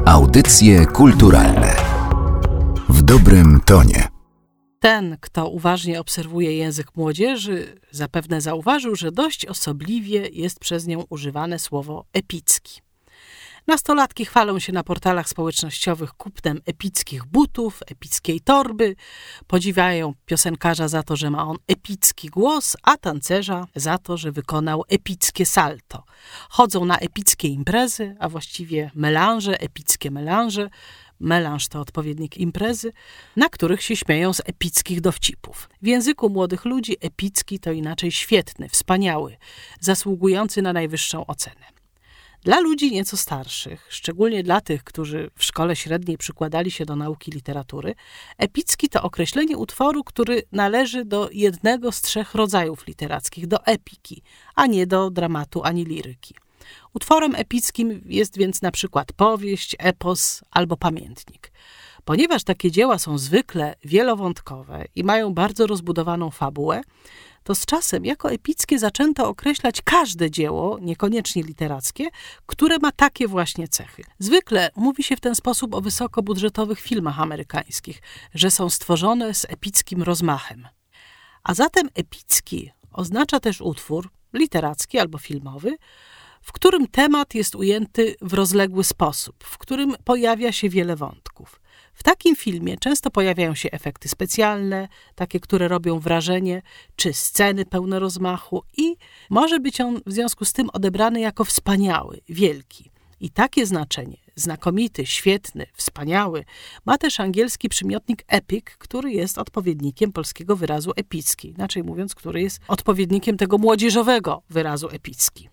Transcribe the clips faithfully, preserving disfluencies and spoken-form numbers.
Audycje kulturalne w dobrym tonie. Ten, kto uważnie obserwuje język młodzieży, zapewne zauważył, że dość osobliwie jest przez nią używane słowo epicki. Nastolatki chwalą się na portalach społecznościowych kupnem epickich butów, epickiej torby, podziwiają piosenkarza za to, że ma on epicki głos, a tancerza za to, że wykonał epickie salto. Chodzą na epickie imprezy, a właściwie melanże, epickie melanże. Melanż to odpowiednik imprezy, na których się śmieją z epickich dowcipów. W języku młodych ludzi epicki to inaczej świetny, wspaniały, zasługujący na najwyższą ocenę. Dla ludzi nieco starszych, szczególnie dla tych, którzy w szkole średniej przykładali się do nauki literatury, epicki to określenie utworu, który należy do jednego z trzech rodzajów literackich, do epiki, a nie do dramatu ani liryki. Utworem epickim jest więc na przykład powieść, epos albo pamiętnik. Ponieważ takie dzieła są zwykle wielowątkowe i mają bardzo rozbudowaną fabułę, to z czasem jako epickie zaczęto określać każde dzieło, niekoniecznie literackie, które ma takie właśnie cechy. Zwykle mówi się w ten sposób o wysokobudżetowych filmach amerykańskich, że są stworzone z epickim rozmachem. A zatem epicki oznacza też utwór literacki albo filmowy, w którym temat jest ujęty w rozległy sposób, w którym pojawia się wiele wątków. W takim filmie często pojawiają się efekty specjalne, takie, które robią wrażenie, czy sceny pełne rozmachu i może być on w związku z tym odebrany jako wspaniały, wielki. I takie znaczenie, znakomity, świetny, wspaniały, ma też angielski przymiotnik epic, który jest odpowiednikiem polskiego wyrazu epicki, inaczej mówiąc, który jest odpowiednikiem tego młodzieżowego wyrazu epicki.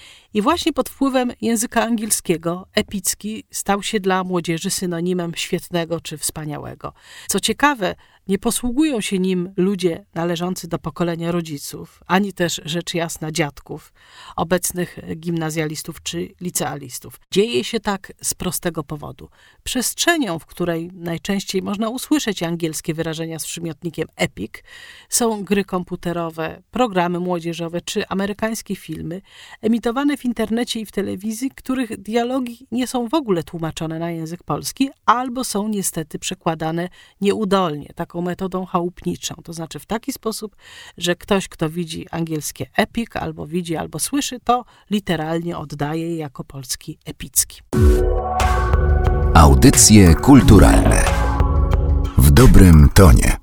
I właśnie pod wpływem języka angielskiego epicki stał się dla młodzieży synonimem świetnego czy wspaniałego. Co ciekawe, nie posługują się nim ludzie należący do pokolenia rodziców, ani też rzecz jasna dziadków, obecnych gimnazjalistów czy licealistów. Dzieje się tak z prostego powodu. Przestrzenią, w której najczęściej można usłyszeć angielskie wyrażenia z przymiotnikiem epic, są gry komputerowe, programy młodzieżowe czy amerykańskie filmy, emitowane w internecie i w telewizji, których dialogi nie są w ogóle tłumaczone na język polski, albo są niestety przekładane nieudolnie, taką metodą chałupniczą. To znaczy w taki sposób, że ktoś, kto widzi angielskie epic, albo widzi, albo słyszy, to literalnie oddaje je jako polski epicki. Audycje kulturalne w dobrym tonie.